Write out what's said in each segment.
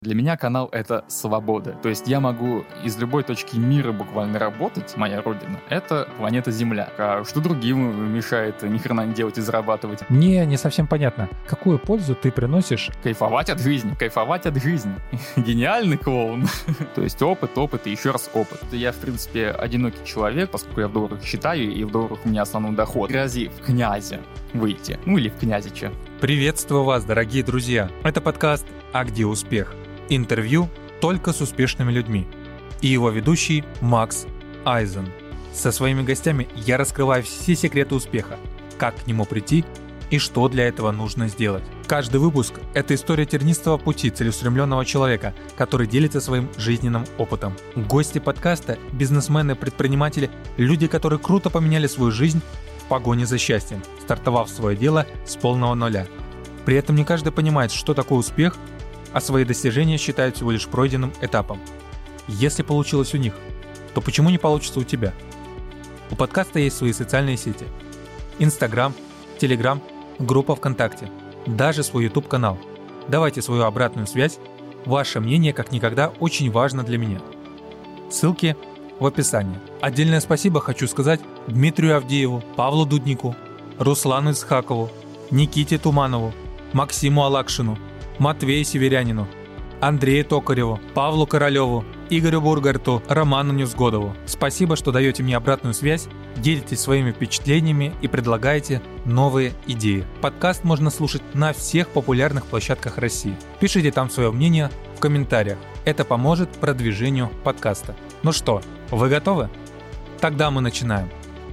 Для меня канал — это свобода. То есть я могу из любой точки мира буквально работать. Моя родина — это планета Земля. А что другим мешает ни хрена не делать и зарабатывать? Мне не совсем понятно, какую пользу ты приносишь? Кайфовать от жизни, кайфовать от жизни. Гениальный клоун. То есть опыт и еще раз опыт. Я, в принципе, одинокий человек, поскольку я в долларах считаю, и в долларах у меня основной доход. Грози в князе выйти. Или в князича. Приветствую вас, дорогие друзья. Это подкаст «А где успех?». Интервью только с успешными людьми. И его ведущий Макс Айзен. Со своими гостями я раскрываю все секреты успеха, как к нему прийти и что для этого нужно сделать. Каждый выпуск – это история тернистого пути целеустремленного человека, который делится своим жизненным опытом. Гости подкаста – бизнесмены, предприниматели, люди, которые круто поменяли свою жизнь в погоне за счастьем, стартовав свое дело с полного нуля. При этом не каждый понимает, что такое успех, а свои достижения считают всего лишь пройденным этапом. Если получилось у них, то почему не получится у тебя? У подкаста есть свои социальные сети. Инстаграм, Телеграм, группа ВКонтакте, даже свой YouTube-канал. Давайте свою обратную связь. Ваше мнение как никогда очень важно для меня. Ссылки в описании. Отдельное спасибо хочу сказать Дмитрию Авдееву, Павлу Дуднику, Руслану Исхакову, Никите Туманову, Максиму Алакшину, Матвею Северянину, Андрею Токареву, Павлу Королеву, Игорю Бургарту, Роману Невзгодову. Спасибо, что даете мне обратную связь, делитесь своими впечатлениями и предлагаете новые идеи. Подкаст можно слушать на всех популярных площадках России. Пишите там свое мнение в комментариях. Это поможет продвижению подкаста. Ну что, вы готовы? Тогда мы начинаем.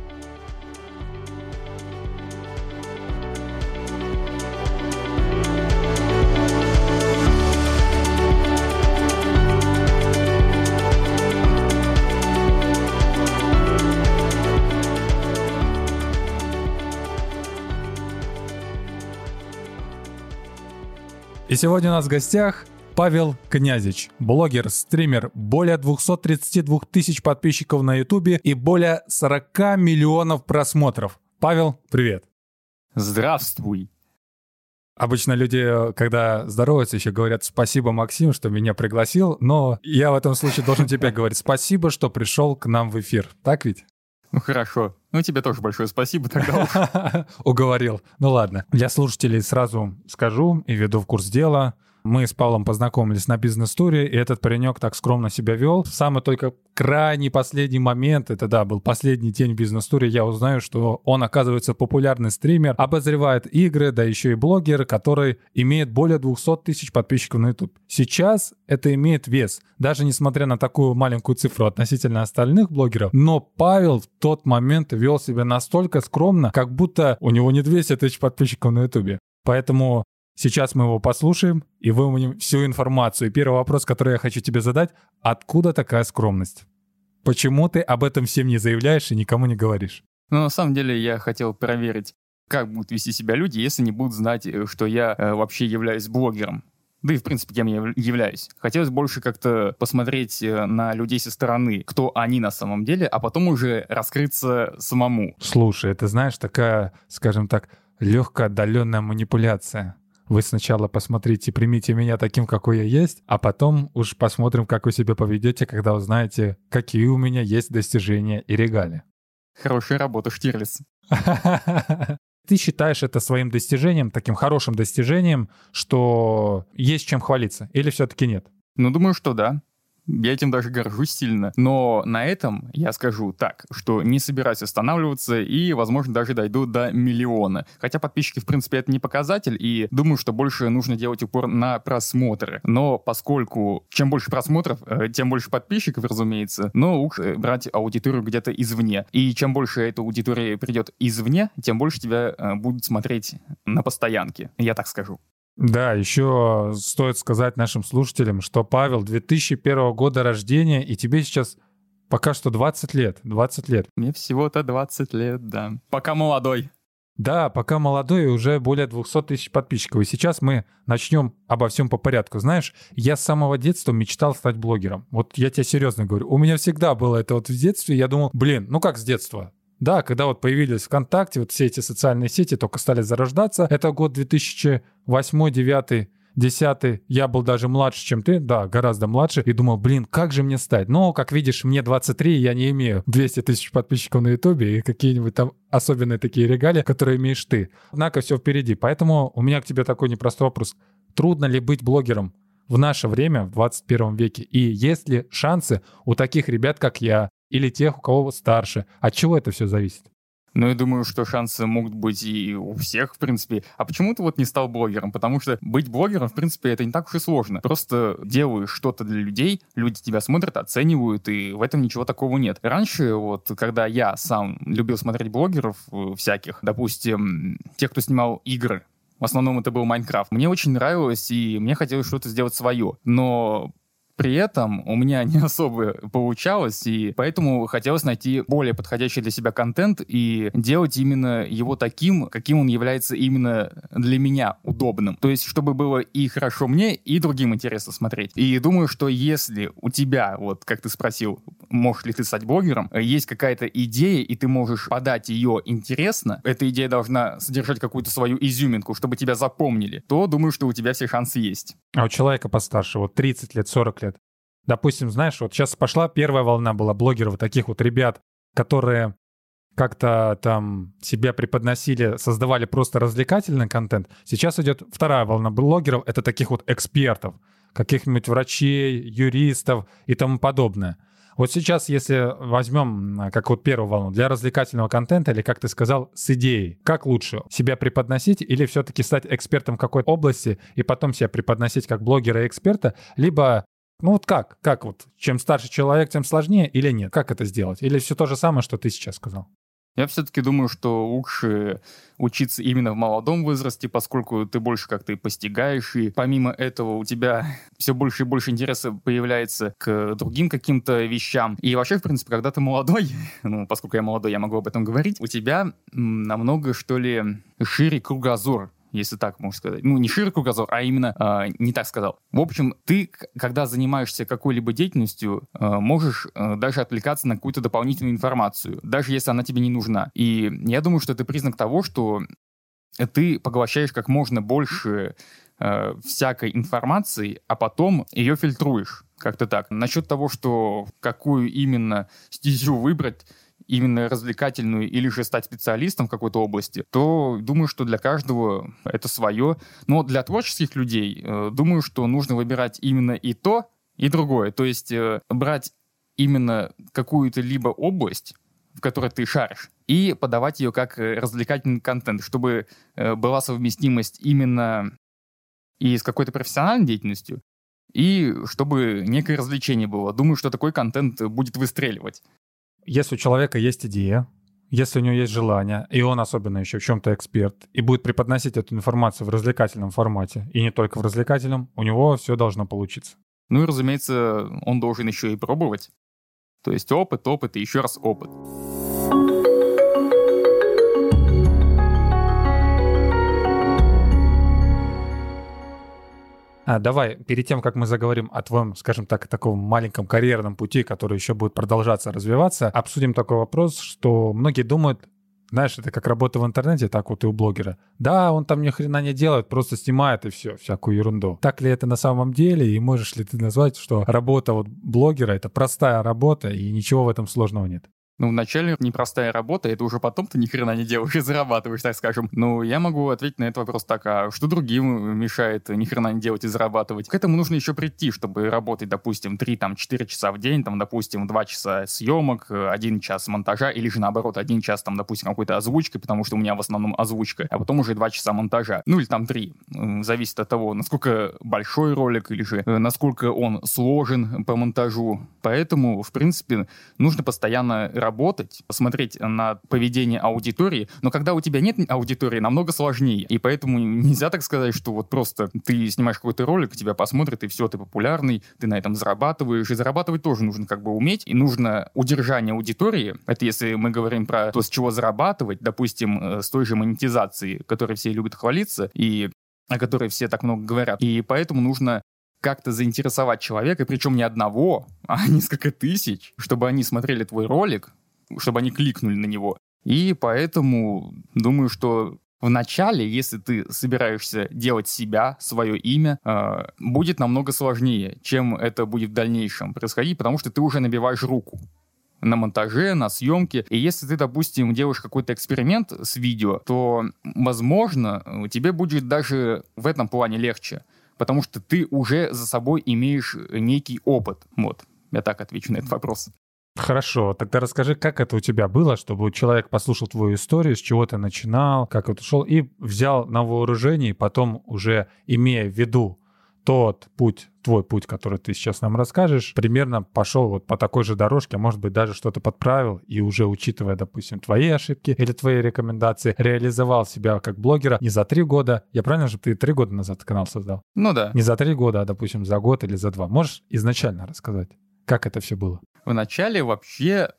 И сегодня у нас в гостях Павел Князич, блогер, стример, более 232 тысяч подписчиков на Ютубе и более 40 миллионов просмотров. Павел, привет. Здравствуй. Обычно люди, когда здороваются, еще говорят «Спасибо, Максим, что меня пригласил», но я в этом случае должен тебе говорить «Спасибо, что пришел к нам в эфир». Так ведь? Ну хорошо. Ну тебе тоже большое спасибо тогда. Уговорил. Ну ладно. Для слушателей сразу скажу и веду в курс дела. Мы с Павлом познакомились на бизнес-туре, и этот паренек так скромно себя вел. В самый только крайний последний момент, это да, был последний день в бизнес-туре, я узнаю, что он, оказывается, популярный стример, обозревает игры, да еще и блогер, который имеет более 200 тысяч подписчиков на YouTube. Сейчас это имеет вес, даже несмотря на такую маленькую цифру относительно остальных блогеров. Но Павел в тот момент вел себя настолько скромно, как будто у него не 200 тысяч подписчиков на YouTube. Поэтому сейчас мы его послушаем и выманим всю информацию. И первый вопрос, который я хочу тебе задать: откуда такая скромность? Почему ты об этом всем не заявляешь и никому не говоришь? Ну, на самом деле, я хотел проверить, как будут вести себя люди, если не будут знать, что я вообще являюсь блогером. Да и, в принципе, кем я являюсь. Хотелось больше как-то посмотреть на людей со стороны, кто они на самом деле, а потом уже раскрыться самому. Слушай, это, знаешь, такая, скажем так, легкая отдаленная манипуляция. Вы сначала посмотрите, примите меня таким, какой я есть, а потом уж посмотрим, как вы себя поведете, когда узнаете, какие у меня есть достижения и регалии. Хорошая работа, Штирлиц. Ты считаешь это своим достижением, таким хорошим достижением, что есть чем хвалиться, или все-таки нет? Ну, думаю, что да. Я этим даже горжусь сильно. Но на этом я скажу так, что не собираюсь останавливаться и, возможно, даже дойду до миллиона. Хотя подписчики, в принципе, это не показатель, и думаю, что больше нужно делать упор на просмотры. Но поскольку чем больше просмотров, тем больше подписчиков, разумеется, но лучше брать аудиторию где-то извне. И чем больше эта аудитория придет извне, тем больше тебя будут смотреть на постоянке. Я так скажу. Да, еще стоит сказать нашим слушателям, что Павел 2001 года рождения, и тебе сейчас пока что 20 лет. 20 лет. Мне всего-то 20 лет, да. Пока молодой. Да, пока молодой, и уже более 200 тысяч подписчиков. И сейчас мы начнем обо всем по порядку. Знаешь, я с самого детства мечтал стать блогером. Вот я тебе серьезно говорю. У меня всегда было это вот в детстве. Я думал, ну как с детства? Да, когда вот появились ВКонтакте, вот все эти социальные сети только стали зарождаться. Это год 2008, 2009, 10-й, я был даже младше, чем ты, да, гораздо младше, и думал, блин, как же мне стать? Но, как видишь, мне 23, я не имею 200 тысяч подписчиков на Ютубе и какие-нибудь там особенные такие регалии, которые имеешь ты. Однако все впереди. Поэтому у меня к тебе такой непростой вопрос. Трудно ли быть блогером в наше время, в 21 веке? И есть ли шансы у таких ребят, как я, или тех, у кого старше? От чего это все зависит? Ну, я думаю, что шансы могут быть и у всех, в принципе. А почему ты вот не стал блогером? Потому что быть блогером, в принципе, это не так уж и сложно. Просто делаешь что-то для людей, люди тебя смотрят, оценивают, и в этом ничего такого нет. Раньше, вот, когда я сам любил смотреть блогеров всяких, допустим, тех, кто снимал игры, в основном это был Майнкрафт, мне очень нравилось, и мне хотелось что-то сделать свое. Но при этом у меня не особо получалось, и поэтому хотелось найти более подходящий для себя контент и делать именно его таким, каким он является именно для меня удобным. То есть, чтобы было и хорошо мне, и другим интересно смотреть. И думаю, что если у тебя, вот как ты спросил, можешь ли ты стать блогером, есть какая-то идея, и ты можешь подать ее интересно, эта идея должна содержать какую-то свою изюминку, чтобы тебя запомнили, то думаю, что у тебя все шансы есть. А у человека постарше, вот 30 лет, 40 лет, допустим, знаешь, вот сейчас пошла первая волна была блогеров, таких вот ребят, которые как-то там себя преподносили, создавали просто развлекательный контент. Сейчас идет вторая волна блогеров, это таких вот экспертов, каких-нибудь врачей, юристов и тому подобное. Вот сейчас, если возьмем, как вот первую волну, для развлекательного контента, или, как ты сказал, с идеей, как лучше, себя преподносить или все-таки стать экспертом в какой-то области и потом себя преподносить как блогера и эксперта, либо, ну вот как? Как вот, чем старше человек, тем сложнее или нет? Как это сделать? Или все то же самое, что ты сейчас сказал? Я все-таки думаю, что лучше учиться именно в молодом возрасте, поскольку ты больше как-то и постигаешь, и помимо этого у тебя все больше и больше интереса появляется к другим каким-то вещам. И вообще, в принципе, когда ты молодой, ну, поскольку я молодой, я могу об этом говорить, у тебя намного, что ли, шире кругозор, если так можно сказать. Ну, не шире кругозор, а именно, не так сказал. В общем, ты, когда занимаешься какой-либо деятельностью, можешь даже отвлекаться на какую-то дополнительную информацию, даже если она тебе не нужна. И я думаю, что это признак того, что ты поглощаешь как можно больше всякой информации, а потом ее фильтруешь. Как-то так. Насчет того, что какую именно стезю выбрать, именно развлекательную или же стать специалистом в какой-то области, то думаю, что для каждого это свое. Но для творческих людей думаю, что нужно выбирать именно и то, и другое. То есть брать именно какую-то либо область, в которой ты шаришь, и подавать ее как развлекательный контент, чтобы была совместимость именно и с какой-то профессиональной деятельностью, и чтобы некое развлечение было. Думаю, что такой контент будет выстреливать. Если у человека есть идея, если у него есть желание, и он особенно еще в чем-то эксперт, и будет преподносить эту информацию в развлекательном формате, и не только в развлекательном, у него все должно получиться. Ну и, разумеется, он должен еще и пробовать. То есть опыт и еще раз опыт. Давай, перед тем, как мы заговорим о твоем, скажем так, таком маленьком карьерном пути, который еще будет продолжаться развиваться, обсудим такой вопрос, что многие думают, знаешь, это как работа в интернете, так вот и у блогера. Да, он там ни хрена не делает, просто снимает и все, всякую ерунду. Так ли это на самом деле? И можешь ли ты назвать, что работа вот блогера — это простая работа, и ничего в этом сложного нет? Ну, вначале непростая работа, это уже потом ты ни хрена не делаешь и зарабатываешь, так скажем. Ну, я могу ответить на этот вопрос так, а что другим мешает ни хрена не делать и зарабатывать? К этому нужно еще прийти, чтобы работать, допустим, 3-4 часа в день, там, допустим, 2 часа съемок, 1 час монтажа, или же наоборот, 1 час, там, допустим, какой-то озвучкой, потому что у меня в основном озвучка, а потом уже 2 часа монтажа. Ну, или там 3. Зависит от того, насколько большой ролик, или же насколько он сложен по монтажу. Поэтому, в принципе, нужно постоянно работать, посмотреть на поведение аудитории, но когда у тебя нет аудитории, намного сложнее. И поэтому нельзя так сказать, что вот просто ты снимаешь какой-то ролик, тебя посмотрят, и все, ты популярный, ты на этом зарабатываешь. И зарабатывать тоже нужно как бы уметь. И нужно удержание аудитории. Это если мы говорим про то, с чего зарабатывать, допустим, с той же монетизации, которой все любят хвалиться, и о которой все так много говорят. И поэтому нужно как-то заинтересовать человека, причем не одного, а несколько тысяч, чтобы они смотрели твой ролик, чтобы они кликнули на него. И поэтому думаю, что Вначале, если ты собираешься делать себя, свое имя, будет намного сложнее, чем это будет в дальнейшем происходить, потому что ты уже набиваешь руку на монтаже, на съемке. И если ты, допустим, делаешь какой-то эксперимент с видео, то, возможно, тебе будет даже в этом плане легче, потому что ты уже за собой имеешь некий опыт. Вот, я так отвечу на этот вопрос. Хорошо, тогда расскажи, как это у тебя было, чтобы человек послушал твою историю, с чего ты начинал, как это шел, и взял на вооружение, и потом уже, имея в виду тот путь, твой путь, который ты сейчас нам расскажешь, примерно пошел вот по такой же дорожке, а может быть даже что-то подправил, и уже учитывая, допустим, твои ошибки или твои рекомендации, реализовал себя как блогера не за 3 года. Я правильно же, ты 3 года назад канал создал? Ну да. Не за 3 года, а, допустим, за год или за 2. Можешь изначально рассказать, как это все было? Вначале вообще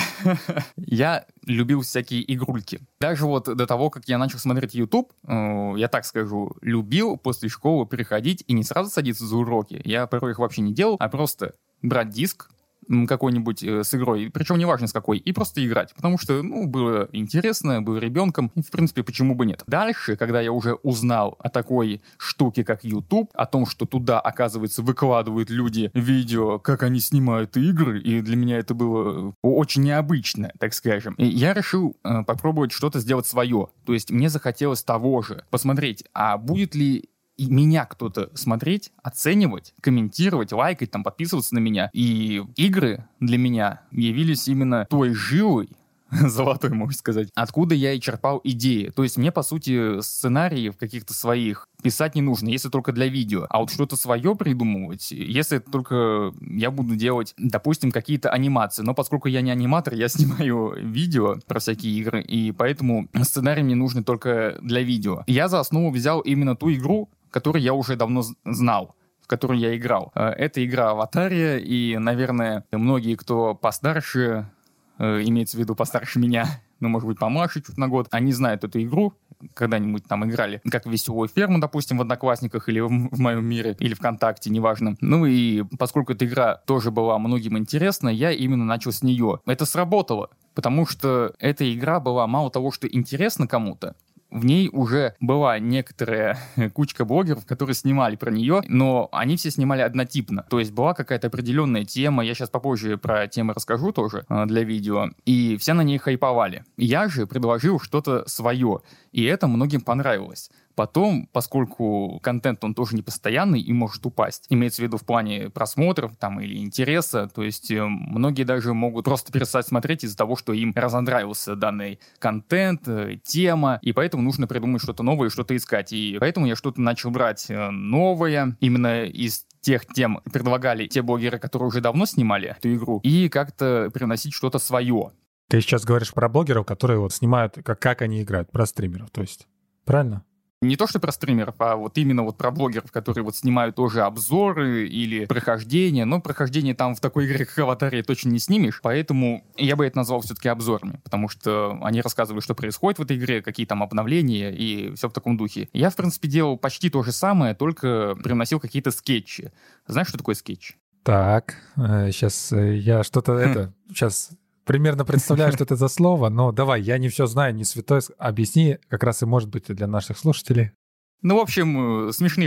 я любил всякие игрульки. Даже вот до того, как я начал смотреть YouTube, я так скажу, любил после школы приходить и не сразу садиться за уроки. Я порой их вообще не делал, а просто брать диск какой-нибудь с игрой, причем неважно с какой, и просто играть, потому что, было интересно, был ребенком, и, в принципе, почему бы нет. Дальше, когда я уже узнал о такой штуке, как YouTube, о том, что туда, оказывается, выкладывают люди видео, как они снимают игры, и для меня это было очень необычно, так скажем, и я решил попробовать что-то сделать свое, то есть мне захотелось того же, посмотреть, а будет ли и меня кто-то смотреть, оценивать, комментировать, лайкать, подписываться на меня. И игры для меня явились именно той жилой, золотой, можно сказать, откуда я и черпал идеи. То есть мне, по сути, сценариев каких-то своих писать не нужно, если только для видео. А вот что-то свое придумывать, если только я буду делать, допустим, какие-то анимации. Но поскольку я не аниматор, я снимаю видео про всякие игры, и поэтому сценарий мне нужен только для видео. Я за основу взял именно ту игру, которую я уже давно знал, в которую я играл. Это игра «Аватария», и, наверное, многие, кто постарше, имеется в виду постарше меня, может быть, помладше чуть на год, они знают эту игру, когда-нибудь там играли, как «Веселую ферму», допустим, в «Одноклассниках» или в «Моем мире», или ВКонтакте, неважно. И поскольку эта игра тоже была многим интересна, я именно начал с нее. Это сработало, потому что эта игра была мало того, что интересна кому-то, в ней уже была некоторая кучка блогеров, которые снимали про нее, но они все снимали однотипно. То есть была какая-то определенная тема, я сейчас попозже про темы расскажу тоже для видео, и все на ней хайповали. Я же предложил что-то свое, и это многим понравилось. Потом, поскольку контент, он тоже не постоянный и может упасть, имеется в виду в плане просмотров или интереса, то есть многие даже могут просто перестать смотреть из-за того, что им разонравился данный контент, тема, и поэтому нужно придумать что-то новое, что-то искать. И поэтому я что-то начал брать новое, именно из тех тем предлагали те блогеры, которые уже давно снимали эту игру, и как-то приносить что-то свое. Ты сейчас говоришь про блогеров, которые снимают, как они играют, про стримеров, то есть, правильно? Не то, что про стримеров, а именно про блогеров, которые снимают тоже обзоры или прохождения. Но прохождение там в такой игре, как «Аватария», точно не снимешь. Поэтому я бы это назвал все-таки обзорами. Потому что они рассказывали, что происходит в этой игре, какие там обновления и все в таком духе. Я, в принципе, делал почти то же самое, только привносил какие-то скетчи. Знаешь, что такое скетч? Так, сейчас я что-то сейчас примерно представляю, что это за слово, но давай, я не все знаю, не святой, объясни, как раз и может быть и для наших слушателей. В общем, смешные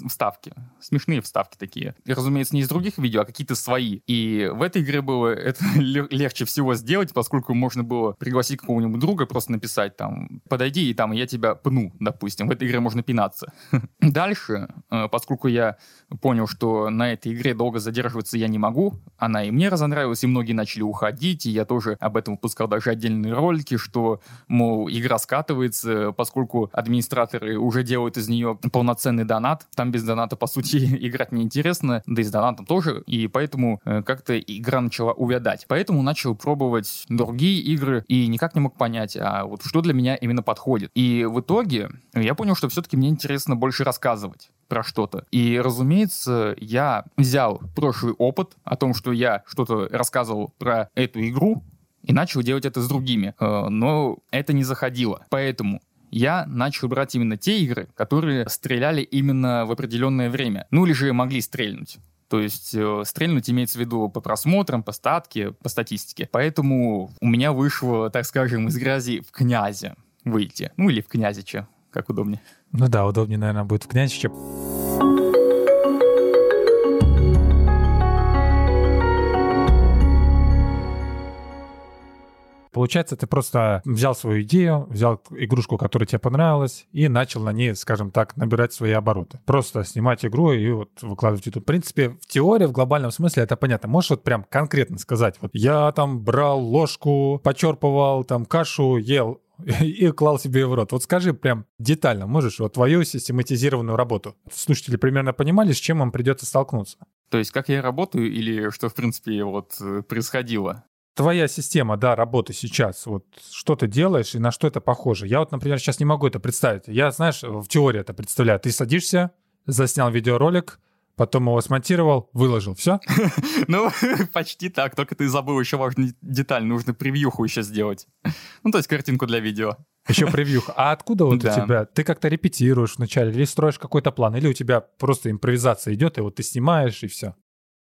вставки такие. И, разумеется, не из других видео, а какие-то свои. И в этой игре было это легче всего сделать, поскольку можно было пригласить какого-нибудь друга, просто написать подойди, и я тебя пну, допустим. В этой игре можно пинаться. Дальше, поскольку я понял, что на этой игре долго задерживаться я не могу, она и мне разонравилась, и многие начали уходить, и я тоже об этом выпускал даже отдельные ролики, что, мол, игра скатывается, поскольку администраторы уже делают из нее полноценный донат. Там без доната, по сути, играть неинтересно, да и с донатом тоже, и поэтому как-то игра начала увядать. Поэтому начал пробовать другие игры и никак не мог понять, что для меня именно подходит. И в итоге я понял, что все-таки мне интересно больше рассказывать про что-то. И, разумеется, я взял прошлый опыт о том, что я что-то рассказывал про эту игру, и начал делать это с другими. Но это не заходило. Поэтому я начал брать именно те игры, которые стреляли именно в определенное время. Или же могли стрельнуть. То есть стрельнуть имеется в виду по просмотрам, по статке, по статистике. Поэтому у меня вышло, так скажем, из грязи в князи. выйти. Ну, или в Князича, как удобнее. Ну да, удобнее, наверное, будет в Князиче. Получается, ты просто взял свою идею, взял игрушку, которая тебе понравилась, и начал на ней, скажем так, набирать свои обороты. Просто снимать игру и вот выкладывать в YouTube. В принципе, в теории, в глобальном смысле это понятно. Можешь вот прям конкретно сказать, вот я там брал ложку, почерпывал там кашу, ел и клал себе в рот. Вот скажи прям детально, можешь, вот твою систематизированную работу. Слушатели примерно понимали, с чем им придется столкнуться? То есть как я работаю или что, в принципе, вот происходило? Твоя система, да, работы сейчас, вот что ты делаешь и на что это похоже? Я вот, например, сейчас не могу это представить. Я, знаешь, в теории это представляю. Ты садишься, заснял видеоролик, потом его смонтировал, выложил. Все? Ну, почти так. Только ты забыл еще важную деталь. Нужно превьюху еще сделать. Ну, то есть картинку для видео. Еще превьюха. А откуда вот Да. у тебя? Ты как-то репетируешь вначале или строишь какой-то план? Или у тебя просто импровизация идет, и вот ты снимаешь, и все?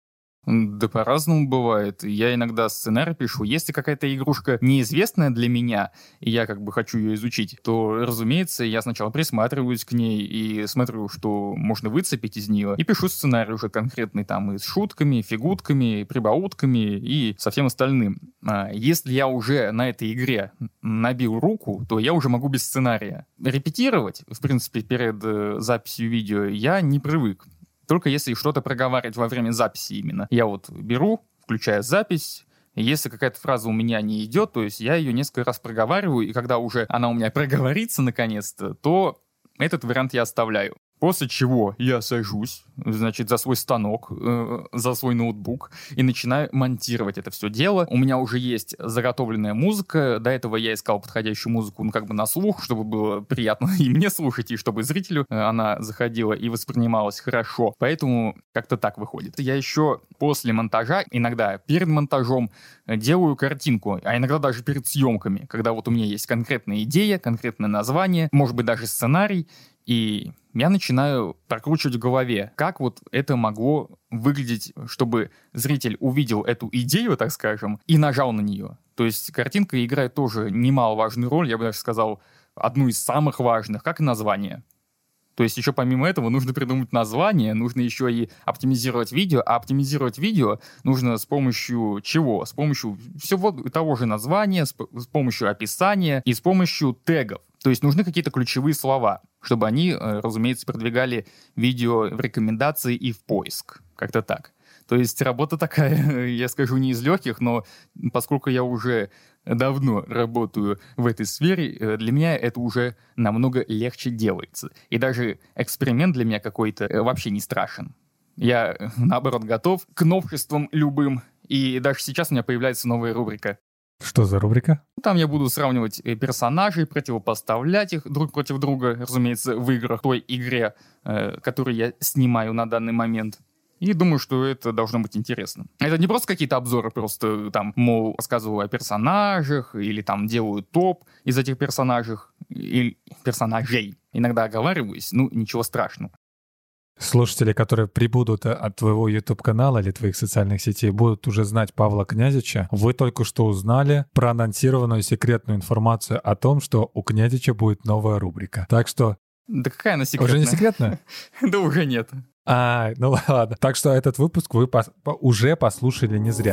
Да по-разному бывает. Я иногда сценарий пишу. Если какая-то игрушка неизвестная для меня, и я как бы хочу ее изучить, то, разумеется, я сначала присматриваюсь к ней и смотрю, что можно выцепить из нее, и пишу сценарий уже конкретный там и с шутками, фигутками, прибаутками и со всем остальным. Если я уже на этой игре набил руку, то я уже могу без сценария. Репетировать, в принципе, перед записью видео я не привык. Только если что-то проговаривать во время записи именно. Я вот беру, включаю запись, и если какая-то фраза у меня не идет, то есть я ее несколько раз проговариваю, и когда уже она у меня проговорится наконец-то, то этот вариант я оставляю. После чего я сажусь, значит, за свой станок, за свой ноутбук и начинаю монтировать это все дело. У меня уже есть заготовленная музыка. До этого я искал подходящую музыку, ну, как бы на слух, чтобы было приятно и мне слушать, и чтобы зрителю она заходила и воспринималась хорошо. Поэтому как-то так выходит. Я еще после монтажа, иногда перед монтажом, делаю картинку, а иногда даже перед съемками, когда вот у меня есть конкретная идея, конкретное название, может быть, даже сценарий, и я начинаю прокручивать в голове, как вот это могло выглядеть, чтобы зритель увидел эту идею, так скажем, и нажал на нее. То есть картинка играет тоже немаловажную роль, я бы даже сказал, одну из самых важных, как и название. То есть еще помимо этого нужно придумать название, нужно еще и оптимизировать видео, а оптимизировать видео нужно с помощью чего? С помощью всего того же названия, с помощью описания и с помощью тегов. То есть нужны какие-то ключевые слова, чтобы они, разумеется, продвигали видео в рекомендации и в поиск. Как-то так. То есть работа такая, я скажу, не из легких, но поскольку я уже давно работаю в этой сфере, для меня это уже намного легче делается. И даже эксперимент для меня какой-то вообще не страшен. Я, наоборот, готов к новшествам любым. И даже сейчас у меня появляется новая рубрика. Что за рубрика? Там я буду сравнивать персонажей, противопоставлять их друг против друга, разумеется, в играх, той игре, которую я снимаю на данный момент. И думаю, что это должно быть интересно. Это не просто какие-то обзоры, просто там, мол, рассказываю о персонажах, или там делаю топ из этих персонажей. Иногда оговариваюсь, ну, ничего страшного. Слушатели, которые прибудут от твоего YouTube-канала или твоих социальных сетей, будут уже знать Павла Князича. Вы только что узнали проанонсированную секретную информацию о том, что у Князича будет новая рубрика. Так что... Да какая она секретная? Уже не секретная? Да уже нет. Ну ладно. Так что этот выпуск вы уже послушали не зря.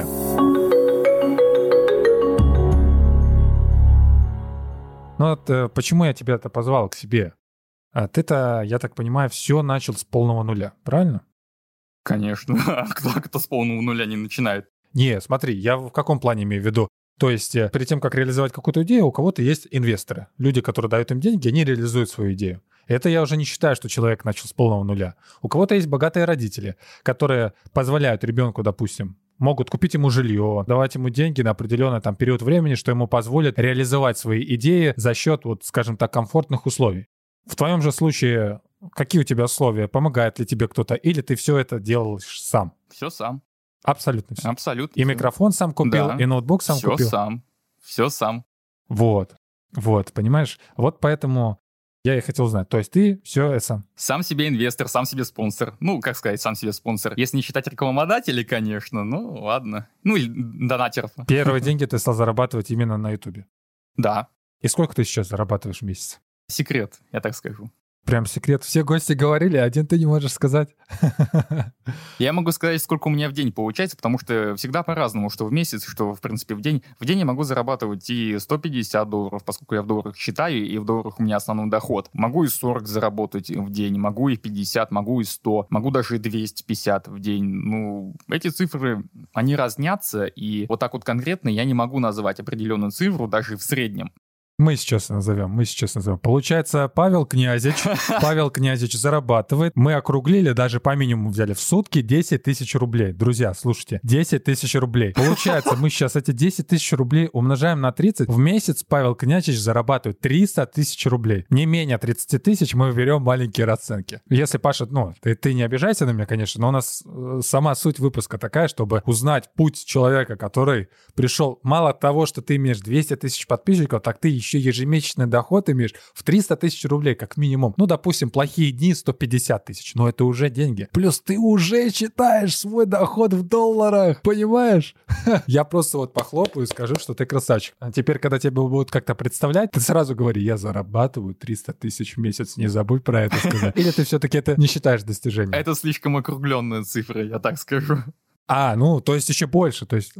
Ну вот почему я тебя-то позвал к себе? А ты-то, я так понимаю, все начал с полного нуля, правильно? Конечно. А кто с полного нуля не начинает? Не, смотри, я в каком плане имею в виду? То есть перед тем, как реализовать какую-то идею, у кого-то есть инвесторы. Люди, которые дают им деньги, они реализуют свою идею. Это я уже не считаю, что человек начал с полного нуля. У кого-то есть богатые родители, которые позволяют ребенку, допустим, могут купить ему жилье, давать ему деньги на определенный там период времени, что ему позволит реализовать свои идеи за счет, вот, скажем так, комфортных условий. В твоем же случае, какие у тебя условия? Помогает ли тебе кто-то? Или ты все это делаешь сам? Все сам. Абсолютно все. Абсолютно. И микрофон сам купил, да. И ноутбук сам всё купил? Все сам. Вот, понимаешь? Вот поэтому я и хотел знать. То есть ты все сам? Сам себе инвестор, сам себе спонсор. Ну, как сказать, сам себе спонсор. Если не считать рекламодателей, конечно, ну ладно. Ну или донатеров. Первые деньги ты стал зарабатывать именно на Ютубе? Да. И сколько ты сейчас зарабатываешь в месяц? Секрет, я так скажу. Прям секрет. Все гости говорили, один ты не можешь сказать. Я могу сказать, сколько у меня в день получается, потому что всегда по-разному, что в месяц, что, в принципе, в день. В день я могу зарабатывать и $150, поскольку я в долларах считаю, и в долларах у меня основной доход. Могу и 40 заработать в день, могу и 50, могу и 100, могу даже и 250 в день. Ну, эти цифры, они разнятся, и вот так вот конкретно я не могу назвать определенную цифру даже в среднем. Мы сейчас назовем. Получается, Павел Князич зарабатывает. Мы округлили, даже по минимуму взяли в сутки 10 тысяч рублей. Друзья, слушайте, 10 тысяч рублей. Получается, мы сейчас эти 10 тысяч рублей умножаем на 30. В месяц Павел Князич зарабатывает 300 тысяч рублей. Не менее 30 тысяч мы берем маленькие расценки. Если, Паша, ты не обижайся на меня, конечно, но у нас сама суть выпуска такая, чтобы узнать путь человека, который пришел. Мало того, что ты имеешь 200 тысяч подписчиков, так ты еще ежемесячный доход имеешь в 300 тысяч рублей, как минимум. Ну, допустим, плохие дни 150 тысяч, но это уже деньги. Плюс ты уже считаешь свой доход в долларах, понимаешь? Я просто вот похлопаю и скажу, что ты красавчик. А теперь, когда тебя будут как-то представлять, ты сразу говори, я зарабатываю 300 тысяч в месяц, не забудь про это сказать. Или ты все-таки это не считаешь достижением? Это слишком округленная цифра, я так скажу. То есть еще больше, то есть...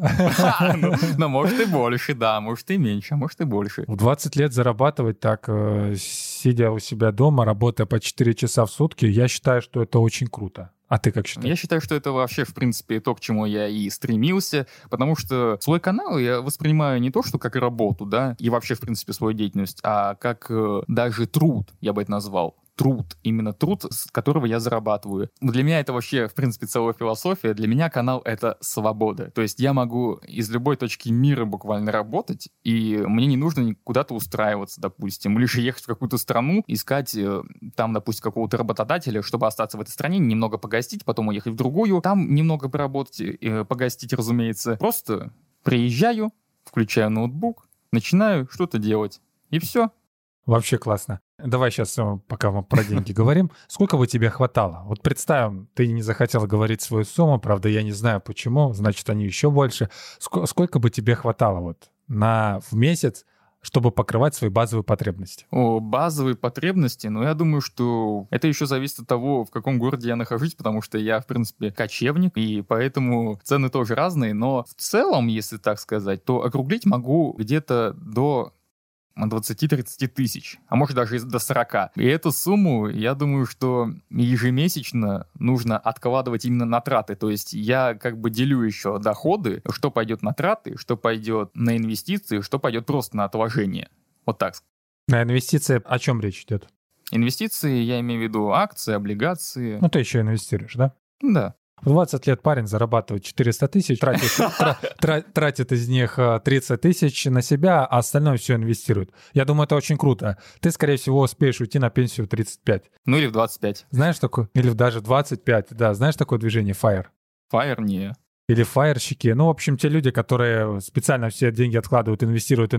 Ну, может и больше, да, может и меньше, а может и больше. В 20 лет зарабатывать так, сидя у себя дома, работая по 4 часа в сутки, я считаю, что это очень круто. А ты как считаешь? Я считаю, что это вообще, в принципе, то, к чему я и стремился, потому что свой канал я воспринимаю не то, что как работу, да, и вообще, в принципе, свою деятельность, а как даже труд, я бы это назвал. Именно труд, с которого я зарабатываю. Для меня это вообще, в принципе, целая философия. Для меня канал — это свобода. То есть я могу из любой точки мира буквально работать, и мне не нужно куда-то устраиваться, допустим, или же ехать в какую-то страну, искать там, допустим, какого-то работодателя, чтобы остаться в этой стране, немного погостить, потом уехать в другую, там немного поработать, погостить, разумеется. Просто приезжаю, включаю ноутбук, начинаю что-то делать, и все. Вообще классно. Давай сейчас, пока мы про деньги говорим, сколько бы тебе хватало? Вот представим, ты не захотел говорить свою сумму, правда, я не знаю почему, значит, они еще больше. Сколько бы тебе хватало вот в месяц, чтобы покрывать свои базовые потребности? Базовые потребности? Я думаю, что это еще зависит от того, в каком городе я нахожусь, потому что я, в принципе, кочевник, и поэтому цены тоже разные, но в целом, если так сказать, то округлить могу где-то до 20-30 тысяч, а может даже до 40. И эту сумму, я думаю, что ежемесячно нужно откладывать именно на траты. То есть я как бы делю еще доходы, что пойдет на траты, что пойдет на инвестиции, что пойдет просто на отложение. Вот так. На инвестиции о чем речь идет? Инвестиции, я имею в виду акции, облигации. Ты еще инвестируешь, да? Да. В 20 лет парень зарабатывает 400 тысяч, тратит из них 30 тысяч на себя, а остальное все инвестирует. Я думаю, это очень круто. Ты, скорее всего, успеешь уйти на пенсию в 35. Или в 25. Знаешь такое? Или даже в 25, да. Знаешь такое движение FIRE? FIRE не. Или фаерщики. В общем, те люди, которые специально все деньги откладывают, инвестируют,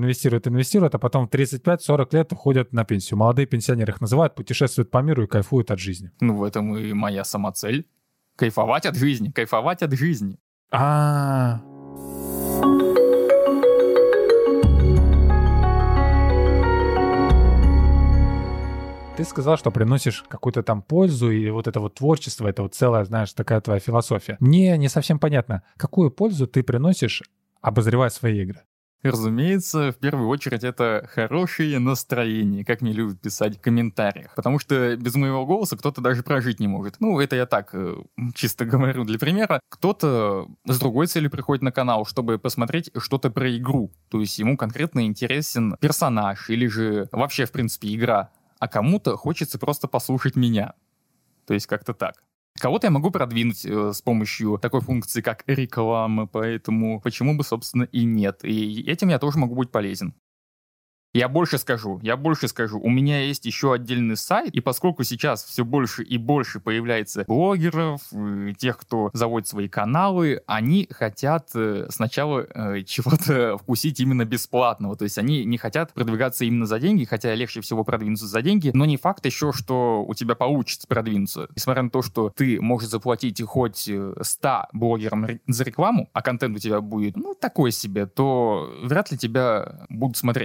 а потом в 35-40 лет уходят на пенсию. Молодые пенсионеры их называют, путешествуют по миру и кайфуют от жизни. В этом и моя самоцель. Кайфовать от жизни. Ты сказал, что приносишь какую-то там пользу, и вот это вот творчество, это вот целая, знаешь, такая твоя философия. Мне не совсем понятно, какую пользу ты приносишь, обозревая свои игры? Разумеется, в первую очередь это хорошее настроение, как мне любят писать в комментариях. Потому что без моего голоса кто-то даже прожить не может. Это я так чисто говорю для примера. Кто-то с другой целью приходит на канал, чтобы посмотреть что-то про игру. То есть ему конкретно интересен персонаж или же вообще, в принципе, игра. А кому-то хочется просто послушать меня. То есть как-то так. Кого-то я могу продвинуть с помощью такой функции, как реклама, поэтому почему бы, собственно, и нет. И этим я тоже могу быть полезен. Я больше скажу. У меня есть еще отдельный сайт, и поскольку сейчас все больше и больше появляется блогеров, тех, кто заводит свои каналы, они хотят сначала чего-то вкусить именно бесплатного. То есть они не хотят продвигаться именно за деньги, хотя легче всего продвинуться за деньги, но не факт еще, что у тебя получится продвинуться. Несмотря на то, что ты можешь заплатить хоть 100 блогерам за рекламу, а контент у тебя будет, такой себе, то вряд ли тебя будут смотреть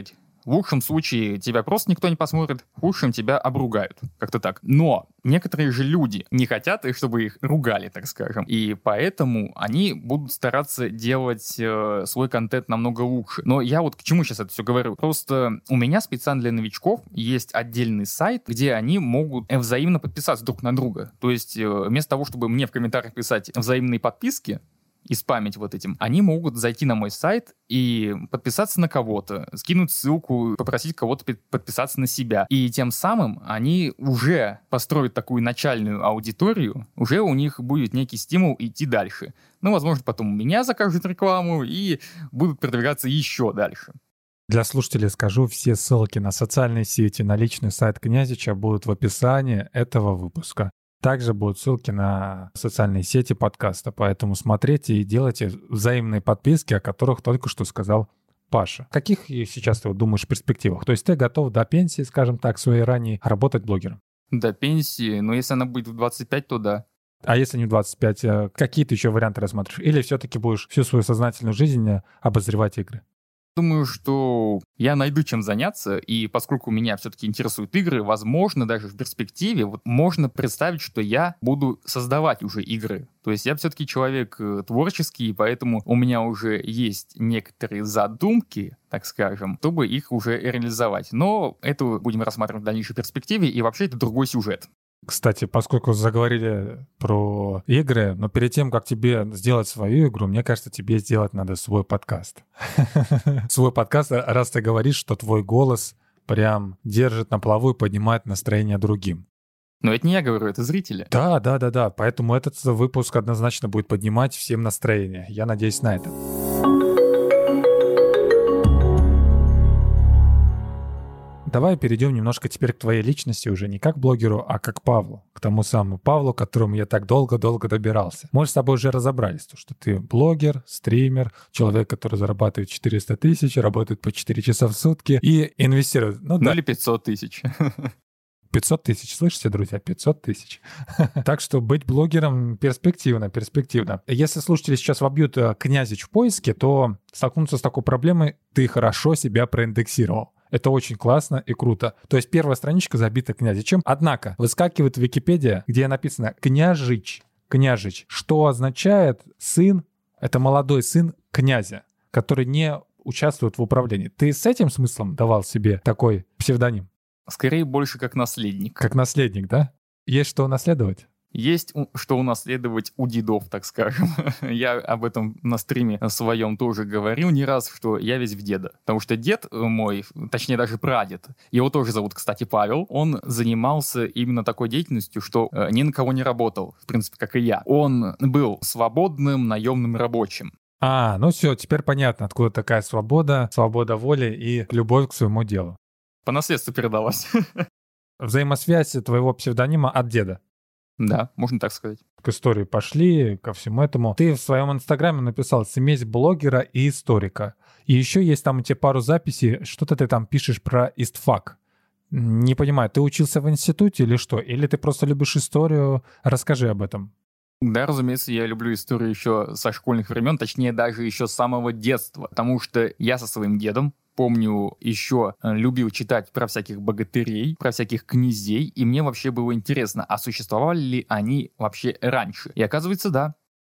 В лучшем случае тебя просто никто не посмотрит, в худшем тебя обругают. Как-то так. Но некоторые же люди не хотят, чтобы их ругали, так скажем. И поэтому они будут стараться делать свой контент намного лучше. Но я вот к чему сейчас это все говорю? Просто у меня специально для новичков есть отдельный сайт, где они могут взаимно подписаться друг на друга. То есть вместо того, чтобы мне в комментариях писать взаимные подписки, и спамить вот этим, они могут зайти на мой сайт и подписаться на кого-то, скинуть ссылку, попросить кого-то подписаться на себя. И тем самым они уже построят такую начальную аудиторию, уже у них будет некий стимул идти дальше. Ну, возможно, потом у меня закажут рекламу и будут продвигаться еще дальше. Для слушателей скажу, все ссылки на социальные сети, на личный сайт Князича будут в описании этого выпуска. Также будут ссылки на социальные сети подкаста, поэтому смотрите и делайте взаимные подписки, о которых только что сказал Паша. Каких сейчас ты думаешь перспективах? То есть ты готов до пенсии, скажем так, своей ранней, работать блогером? До пенсии? Но если она будет в 25, то да. А если не в 25, какие ты еще варианты рассматриваешь? Или все-таки будешь всю свою сознательную жизнь обозревать игры? Думаю, что я найду чем заняться, и поскольку меня все-таки интересуют игры, возможно, даже в перспективе можно представить, что я буду создавать уже игры. То есть я все-таки человек творческий, поэтому у меня уже есть некоторые задумки, так скажем, чтобы их уже реализовать. Но это будем рассматривать в дальнейшей перспективе, и вообще это другой сюжет. Кстати, поскольку заговорили про игры, но перед тем, как тебе сделать свою игру, мне кажется, тебе сделать надо свой подкаст. Свой подкаст, раз ты говоришь, что твой голос прям держит на плаву и поднимает настроение другим. Но это не я говорю, это зрители. Да. Поэтому этот выпуск однозначно будет поднимать всем настроение. Я надеюсь на это. Давай перейдем немножко теперь к твоей личности уже не как блогеру, а как Павлу. К тому самому Павлу, к которому я так долго-долго добирался. Мы с тобой уже разобрались, что ты блогер, стример, человек, который зарабатывает 400 тысяч, работает по 4 часа в сутки и инвестирует. Или 500 тысяч. 500 тысяч, слышите, друзья? 500 тысяч. Так что быть блогером перспективно. Если слушатели сейчас вобьют «Князич» в поиске, то столкнутся с такой проблемой: ты хорошо себя проиндексировал. Это очень классно и круто. То есть первая страничка забита Князичем. Однако выскакивает Википедия, где написано «Княжич». Княжич, что означает сын, это молодой сын князя, который не участвует в управлении. Ты с этим смыслом давал себе такой псевдоним? Скорее, больше как наследник. Как наследник, да? Есть что унаследовать? Есть что унаследовать у дедов, так скажем. Я об этом на стриме своем тоже говорил не раз, что я весь в деда. Потому что дед мой, точнее даже прадед, его тоже зовут, кстати, Павел, он занимался именно такой деятельностью, что ни на кого не работал, в принципе, как и я. Он был свободным наемным рабочим. Ну все, теперь понятно, откуда такая свобода воли и любовь к своему делу. По наследству передалась. Взаимосвязь твоего псевдонима от деда. Да, можно так сказать. К истории пошли, ко всему этому. Ты в своем инстаграме написал «Смесь блогера и историка». И еще есть там у тебя пару записей, что-то ты там пишешь про истфак. Не понимаю, ты учился в институте или что? Или ты просто любишь историю? Расскажи об этом. Да, разумеется, я люблю историю еще со школьных времен, точнее даже еще с самого детства, потому что я со своим дедом, помню, еще любил читать про всяких богатырей, про всяких князей, и мне вообще было интересно, а существовали ли они вообще раньше? И оказывается, да.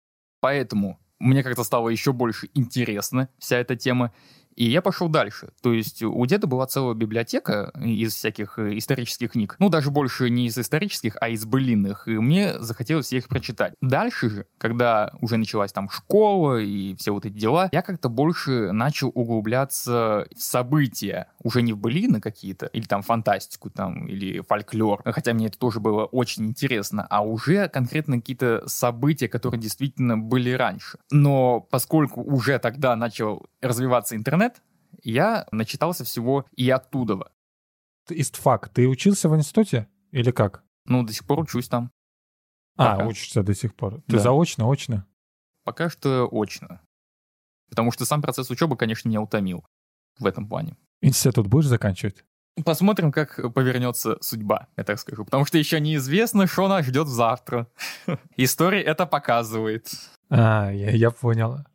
Поэтому мне как-то стало еще больше интересна вся эта тема, и я пошел дальше. То есть у деда была целая библиотека из всяких исторических книг. Ну, даже больше не из исторических, а из былинных. И мне захотелось всех их прочитать. Дальше же, когда уже началась там школа и все вот эти дела, я как-то больше начал углубляться в события. Уже не в былины какие-то, или там фантастику, там, или фольклор. Хотя мне это тоже было очень интересно. А уже конкретно какие-то события, которые действительно были раньше. Но поскольку уже тогда начал развиваться интернет, я начитался всего и оттуда. Истфак. Ты учился в институте или как? Ну, до сих пор учусь там. Пока. Учишься до сих пор. Ты Да. заочно, очно? Пока что очно. Потому что сам процесс учебы, конечно, меня утомил в этом плане. Институт будешь заканчивать? Посмотрим, как повернется судьба, я так скажу. Потому что еще неизвестно, что нас ждет завтра. История это показывает. Я понял.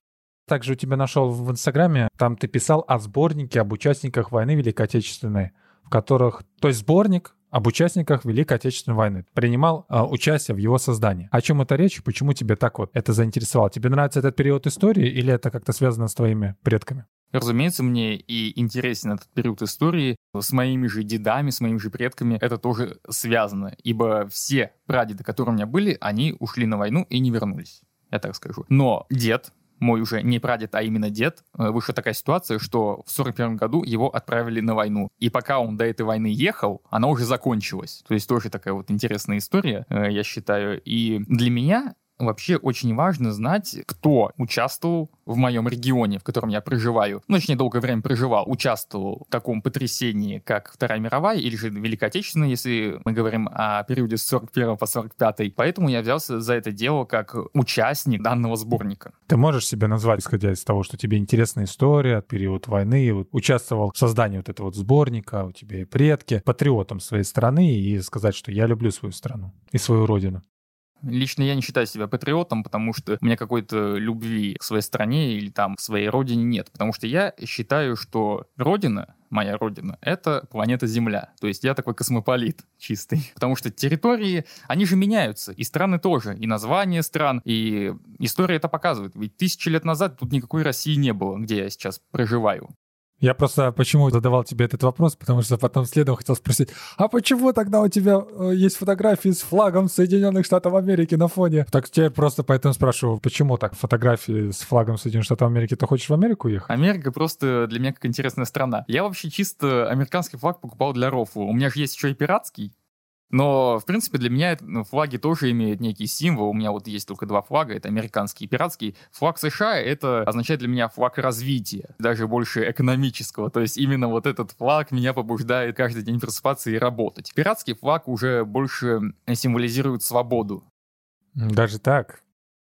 Также у тебя нашел в Инстаграме, там ты писал о сборнике об участниках войны Великой Отечественной, в которых, то есть сборник об участниках Великой Отечественной войны. Принимал участие в его создании. О чем это речь? Почему тебе так вот это заинтересовало? Тебе нравится этот период истории или это как-то связано с твоими предками? Разумеется, мне и интересен этот период истории. С моими же дедами, с моими же предками это тоже связано. Ибо все прадеды, которые у меня были, они ушли на войну и не вернулись. Я так скажу. Но дед, мой уже не прадед, а именно дед, вышла такая ситуация, что в 1941 году его отправили на войну. И пока он до этой войны ехал, она уже закончилась. То есть тоже такая вот интересная история, я считаю. И для меня вообще очень важно знать, кто участвовал в моем регионе, в котором я проживаю. Ну, точнее, долгое время проживал, участвовал в таком потрясении, как Вторая мировая или же Великая Отечественная, если мы говорим о периоде с 41 по 45. Поэтому я взялся за это дело как участник данного сборника. Ты можешь себя назвать, исходя из того, что тебе интересна история, период войны, вот, участвовал в создании вот этого вот сборника, у тебя и предки, патриотом своей страны, и сказать, что я люблю свою страну и свою родину? Лично я не считаю себя патриотом, потому что у меня какой-то любви к своей стране или там к своей родине нет. Потому что я считаю, что родина, моя родина, это планета Земля. То есть я такой космополит чистый. Потому что территории, они же меняются. И страны тоже. И названия стран. И история это показывает. Ведь 1000 лет назад тут никакой России не было, где я сейчас проживаю. Я просто почему задавал тебе этот вопрос, потому что потом следом хотел спросить, а почему тогда у тебя есть фотографии с флагом Соединенных Штатов Америки на фоне? Так теперь просто поэтому спрашиваю, почему так фотографии с флагом Соединенных Штатов Америки? Ты хочешь в Америку ехать? Америка просто для меня как интересная страна. Я вообще чисто американский флаг покупал для рофла. У меня же есть еще и пиратский. Но, в принципе, для меня флаги тоже имеют некий символ. У меня вот есть только 2 флага, это американский и пиратский. Флаг США — это означает для меня флаг развития, даже больше экономического. То есть именно вот этот флаг меня побуждает каждый день просыпаться и работать. Пиратский флаг уже больше символизирует свободу. Даже так?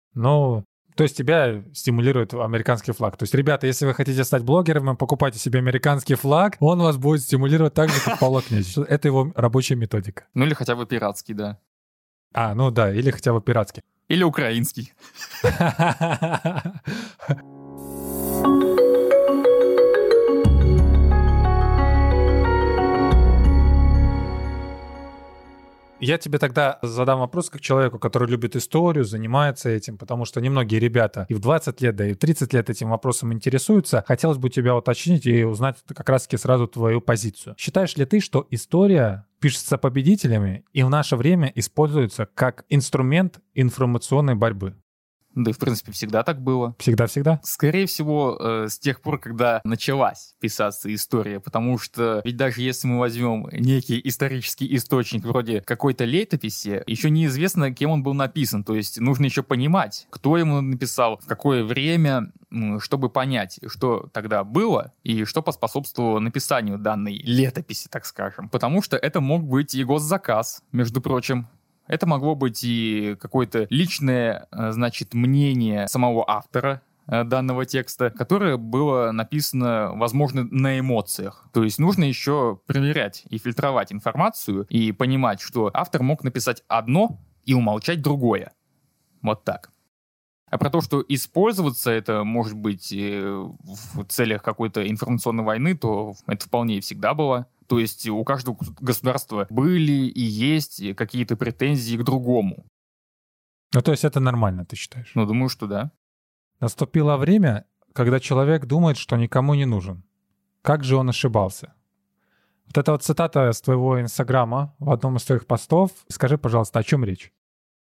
Ну, то есть тебя стимулирует американский флаг. То есть, ребята, если вы хотите стать блогером, покупайте себе американский флаг, он вас будет стимулировать так же, как Павла Князь. Это его рабочая методика. Ну или хотя бы пиратский, да. Ну да, или хотя бы пиратский. Или украинский. Я тебе тогда задам вопрос как человеку, который любит историю, занимается этим, потому что немногие ребята и в 20 лет, да и в 30 лет этим вопросом интересуются. Хотелось бы тебя уточнить и узнать как раз-таки сразу твою позицию. Считаешь ли ты, что история пишется победителями и в наше время используется как инструмент информационной борьбы? Да и, в принципе, всегда так было. Всегда-всегда? Скорее всего, с тех пор, когда началась писаться история, потому что ведь даже если мы возьмем некий исторический источник вроде какой-то летописи, еще неизвестно, кем он был написан, то есть нужно еще понимать, кто ему написал, в какое время, чтобы понять, что тогда было и что поспособствовало написанию данной летописи, так скажем. Потому что это мог быть и госзаказ, между прочим. Это могло быть и какое-то личное, значит, мнение самого автора данного текста, которое было написано, возможно, на эмоциях. То есть нужно еще проверять и фильтровать информацию и понимать, что автор мог написать одно и умолчать другое. Вот так. А про то, что использоваться это может быть в целях какой-то информационной войны, то это вполне и всегда было. То есть у каждого государства были и есть какие-то претензии к другому. Ну, то есть это нормально, ты считаешь? Ну, думаю, что да. Наступило время, когда человек думает, что никому не нужен. Как же он ошибался? Вот эта вот цитата с твоего Инстаграма в одном из твоих постов. Скажи, пожалуйста, о чем речь?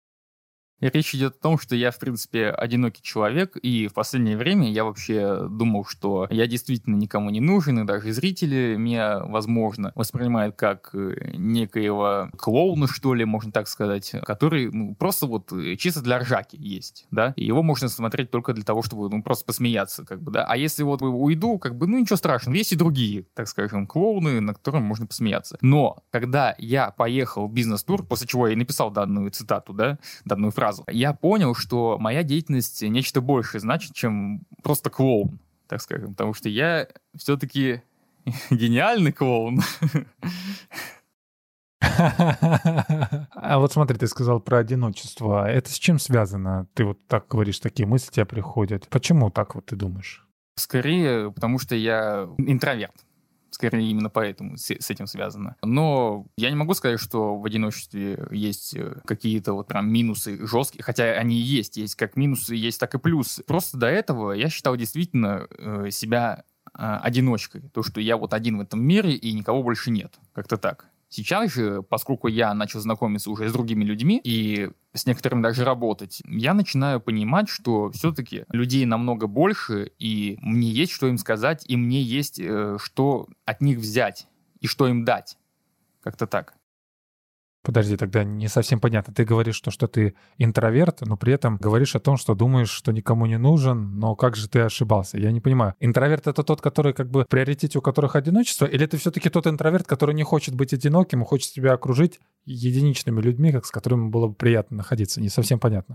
И речь идет о том, что я, в принципе, одинокий человек, и в последнее время я вообще думал, что я действительно никому не нужен, и даже зрители меня, возможно, воспринимают как некоего клоуна, что ли, можно так сказать, который просто вот чисто для ржаки есть, да, и его можно смотреть только для того, чтобы просто посмеяться, как бы, да, а если вот уйду, как бы, ничего страшного, есть и другие, так скажем, клоуны, на которых можно посмеяться. Но когда я поехал в бизнес-тур, после чего я и написал данную цитату, да, данную фразу, я понял, что моя деятельность нечто большее значит, чем просто клоун, так скажем, потому что я все-таки гениальный клоун. А вот смотри, ты сказал про одиночество. Это с чем связано? Ты вот так говоришь, такие мысли тебе приходят. Почему так вот ты думаешь? Скорее, потому что я интроверт. Скорее, именно поэтому с этим связано. Но я не могу сказать, что в одиночестве есть какие-то вот прям минусы жесткие, хотя они и есть. Есть как минусы, есть так и плюсы. Просто до этого я считал действительно себя одиночкой. То, что я вот один в этом мире и никого больше нет. Как-то так. Сейчас же, поскольку я начал знакомиться уже с другими людьми и с некоторыми даже работать, я начинаю понимать, что все-таки людей намного больше, и мне есть что им сказать, и мне есть что от них взять и что им дать. Как-то так. Подожди, тогда не совсем понятно. Ты говоришь, что ты интроверт, но при этом говоришь о том, что думаешь, что никому не нужен, но как же ты ошибался? Я не понимаю. Интроверт — это тот, который как бы в приоритете, у которых одиночество, или ты все-таки тот интроверт, который не хочет быть одиноким, хочет себя окружить единичными людьми, с которыми было бы приятно находиться? Не совсем понятно.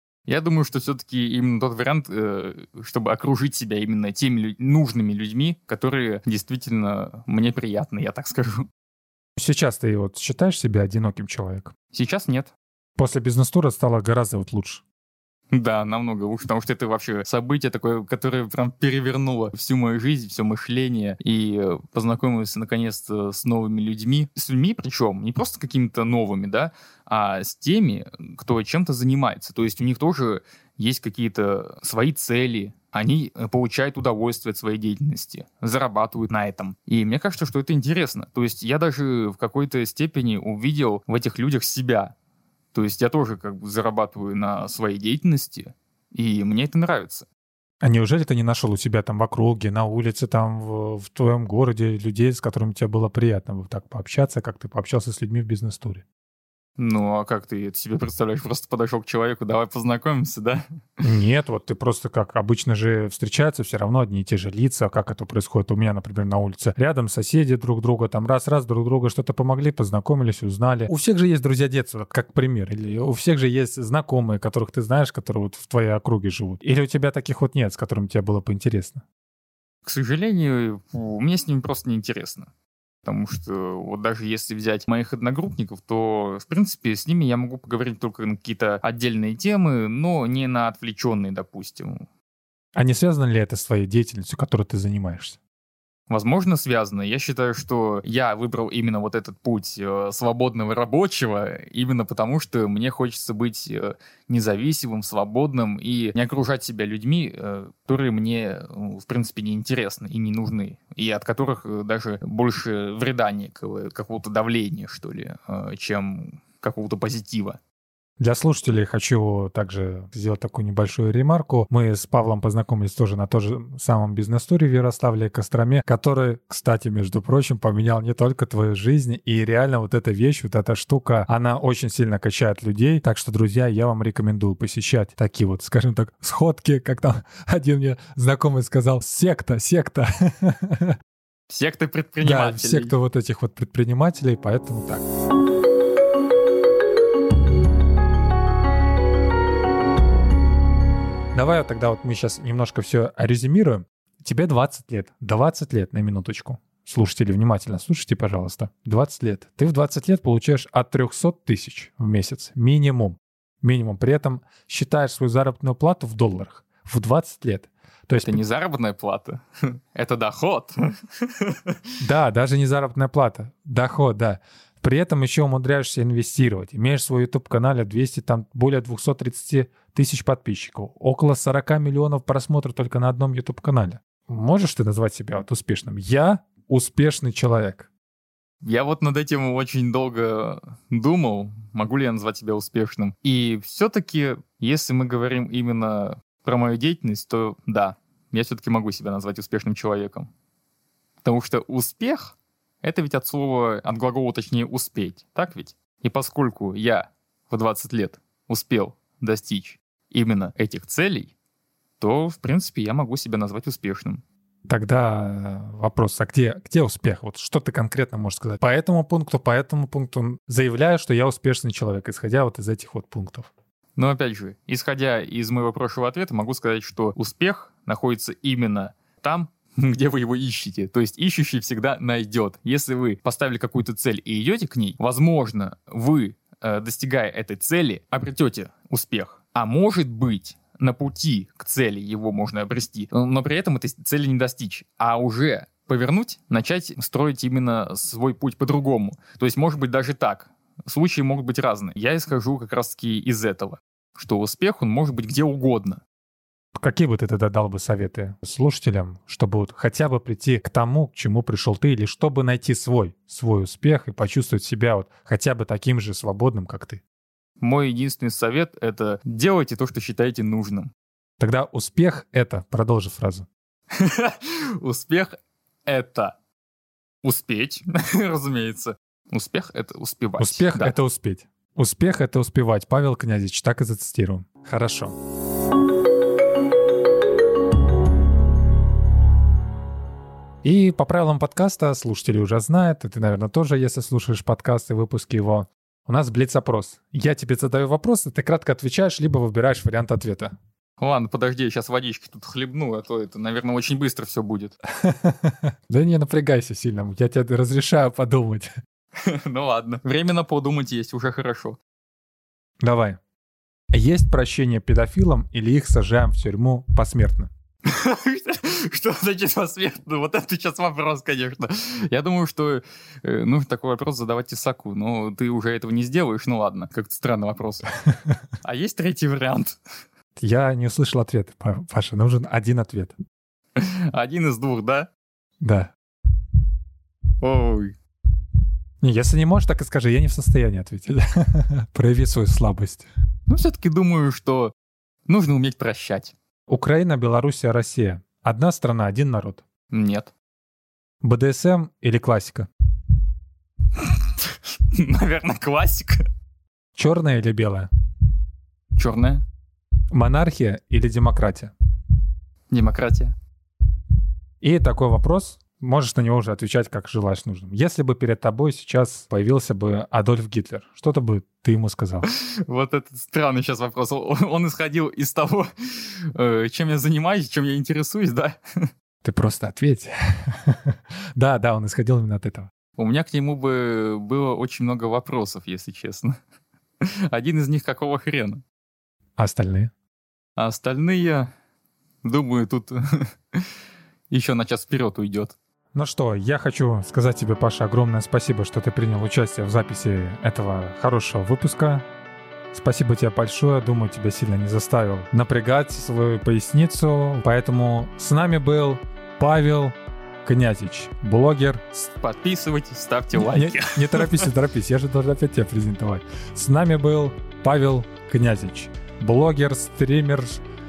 Я думаю, что все-таки именно тот вариант, чтобы окружить себя именно теми нужными людьми, которые действительно мне приятны, я так скажу. Сейчас ты вот считаешь себя одиноким человеком? Сейчас нет. После бизнес-тура стало гораздо вот лучше. Да, намного лучше, потому что это вообще событие такое, которое прям перевернуло всю мою жизнь, все мышление, и познакомился наконец-то с новыми людьми. С людьми причем не просто какими-то новыми, да, а с теми, кто чем-то занимается. То есть у них тоже есть какие-то свои цели, они получают удовольствие от своей деятельности, зарабатывают на этом. И мне кажется, что это интересно. То есть я даже в какой-то степени увидел в этих людях себя. То есть я тоже как бы зарабатываю на своей деятельности, и мне это нравится. А неужели ты не нашел у себя там в округе, на улице, там в твоем городе людей, с которыми тебе было приятно вот так пообщаться, как ты пообщался с людьми в бизнес-туре? Ну, а как ты это себе представляешь? Просто подошел к человеку, давай познакомимся, да? Нет, вот ты просто как обычно же встречаются все равно одни и те же лица, как это происходит у меня, например, на улице. Рядом соседи друг друга, там раз-раз друг друга что-то помогли, познакомились, узнали. У всех же есть друзья детства, как пример. Или у всех же есть знакомые, которых ты знаешь, которые вот в твоей округе живут. Или у тебя таких вот нет, с которыми тебе было бы интересно? К сожалению, мне с ними просто неинтересно. Потому что вот даже если взять моих одногруппников, то, в принципе, с ними я могу поговорить только на какие-то отдельные темы, но не на отвлеченные, допустим. А не связано ли это с твоей деятельностью, которой ты занимаешься? Возможно, связано. Я считаю, что я выбрал именно вот этот путь свободного рабочего, именно потому что мне хочется быть независимым, свободным и не окружать себя людьми, которые мне, в принципе, не интересны и не нужны, и от которых даже больше вреда некого, какого-то давления, что ли, чем какого-то позитива. Для слушателей хочу также сделать такую небольшую ремарку. Мы с Павлом познакомились тоже на том же самом бизнес-туре в Ярославле и Костроме, который, кстати, между прочим, поменял не только твою жизнь, и реально вот эта вещь, вот эта штука, она очень сильно качает людей. Так что, друзья, я вам рекомендую посещать такие вот, скажем так, сходки, как там один мне знакомый сказал, секта. Секта предпринимателей. Да, секта вот этих вот предпринимателей, поэтому так. Давай тогда вот мы сейчас немножко все резюмируем. Тебе 20 лет. 20 лет, на минуточку. Слушатели, внимательно слушайте, пожалуйста. 20 лет. Ты в 20 лет получаешь от 300 тысяч в месяц. Минимум. Минимум. При этом считаешь свою заработную плату в долларах. В 20 лет. То есть... Это не заработная плата. Это доход. Да, даже не заработная плата. Доход, да. При этом еще умудряешься инвестировать. Имеешь свой YouTube-канал, более 230 тысяч подписчиков. Около 40 миллионов просмотров только на одном YouTube-канале. Можешь ты назвать себя вот успешным? Я успешный человек. Я вот над этим очень долго думал, могу ли я назвать себя успешным. И все-таки, если мы говорим именно про мою деятельность, то да, я все-таки могу себя назвать успешным человеком. Потому что успех — это ведь от глагола, точнее, успеть, так ведь? И поскольку я в 20 лет успел достичь именно этих целей, то, в принципе, я могу себя назвать успешным. Тогда вопрос, а где успех? Вот что ты конкретно можешь сказать? По этому пункту заявляю, что я успешный человек, исходя вот из этих вот пунктов. Но опять же, исходя из моего прошлого ответа, могу сказать, что успех находится именно там, где вы его ищете. То есть ищущий всегда найдет. Если вы поставили какую-то цель и идете к ней, возможно, вы, достигая этой цели, обретете успех. А может быть, на пути к цели его можно обрести, но при этом этой цели не достичь. А уже повернуть, начать строить именно свой путь по-другому. То есть, может быть, даже так. Случаи могут быть разные. Я исхожу как раз-таки из этого, что успех, он может быть где угодно. Какие бы ты тогда дал бы советы слушателям, чтобы вот хотя бы прийти к тому, к чему пришел ты, или чтобы найти свой успех и почувствовать себя вот хотя бы таким же свободным, как ты? Мой единственный совет — это делайте то, что считаете нужным. Тогда успех — это, продолжи фразу. Успех — это успеть, разумеется. Успех — это успевать. Успех — это успеть. Успех — это успевать. Павел Князевич, так и зацитируем. Хорошо. И по правилам подкаста, слушатели уже знают, и ты, наверное, тоже, если слушаешь подкаст и выпуски его, у нас блиц-опрос. Я тебе задаю вопрос, и ты кратко отвечаешь, либо выбираешь вариант ответа. Ладно, подожди, я сейчас водички тут хлебну, а то это, наверное, очень быстро все будет. Да не напрягайся сильно, я тебе разрешаю подумать. Ну ладно, временно подумать есть, уже хорошо. Давай. Есть прощение педофилам или их сажаем в тюрьму посмертно? Что значит посмертно? Вот это сейчас вопрос, конечно. Я думаю, что нужно такой вопрос задавать Исаку, но ты уже этого не сделаешь, ну ладно, как-то странный вопрос. А есть третий вариант? Я не услышал ответ, Паша, нужен один ответ. Один из двух, да? Да. Ой. Не, если не можешь, так и скажи, я не в состоянии ответить. Прояви свою слабость. Ну, все-таки думаю, что нужно уметь прощать. Украина, Белоруссия, Россия. Одна страна, один народ. Нет. БДСМ или классика? Наверное, классика. Черная или белая? Черная. Монархия или демократия? Демократия. И такой вопрос, можешь на него уже отвечать, как желаешь нужным. Если бы перед тобой сейчас появился бы Адольф Гитлер, что-то бы ты ему сказал? Вот это странный сейчас вопрос. Он исходил из того, чем я занимаюсь, чем я интересуюсь, да? Ты просто ответь. Да, он исходил именно от этого. У меня к нему бы было очень много вопросов, если честно. Один из них — какого хрена? А остальные? А остальные, думаю, тут еще на час вперед уйдет. Ну что, я хочу сказать тебе, Паша, огромное спасибо, что ты принял участие в записи этого хорошего выпуска. Спасибо тебе большое. Думаю, тебя сильно не заставил напрягать свою поясницу. Поэтому с нами был Павел Князевич, блогер. Подписывайтесь, ставьте лайки. Не торопись, я же должен опять тебя презентовать. С нами был Павел Князевич, блогер, стример,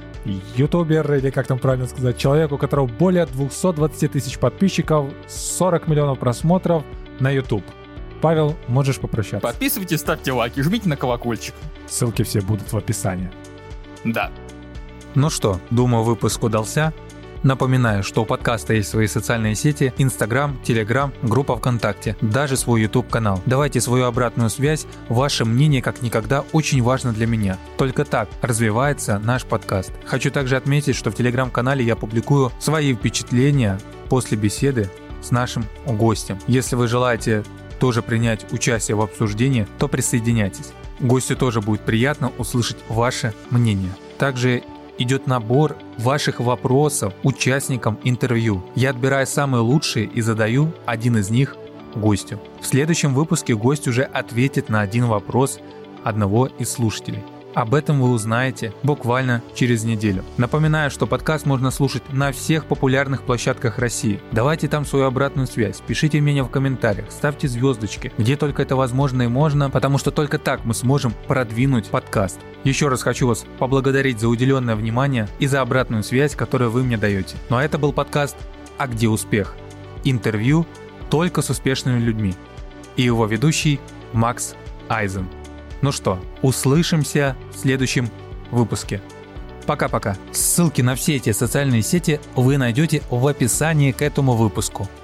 ютубер, или как там правильно сказать, человек, у которого более 220 тысяч подписчиков, 40 миллионов просмотров на YouTube. Павел, можешь попрощаться. Подписывайтесь, ставьте лайки, жмите на колокольчик. Ссылки все будут в описании. Да. Ну что, думаю, выпуск удался. Напоминаю, что у подкаста есть свои социальные сети: Instagram, Telegram, группа ВКонтакте, даже свой YouTube-канал. Давайте свою обратную связь, ваше мнение как никогда очень важно для меня. Только так развивается наш подкаст. Хочу также отметить, что в Telegram-канале я публикую свои впечатления после беседы с нашим гостем. Если вы желаете тоже принять участие в обсуждении, то присоединяйтесь. Гостю тоже будет приятно услышать ваше мнение. Также идет набор ваших вопросов участникам интервью. Я отбираю самые лучшие и задаю один из них гостю. В следующем выпуске гость уже ответит на один вопрос одного из слушателей. Об этом вы узнаете буквально через неделю. Напоминаю, что подкаст можно слушать на всех популярных площадках России. Давайте там свою обратную связь, пишите мне в комментариях, ставьте звездочки, где только это возможно и можно, потому что только так мы сможем продвинуть подкаст. Еще раз хочу вас поблагодарить за уделенное внимание и за обратную связь, которую вы мне даете. Ну а это был подкаст «А где успех?» Интервью только с успешными людьми. И его ведущий Макс Айзен. Ну что, услышимся в следующем выпуске. Пока-пока. Ссылки на все эти социальные сети вы найдете в описании к этому выпуску.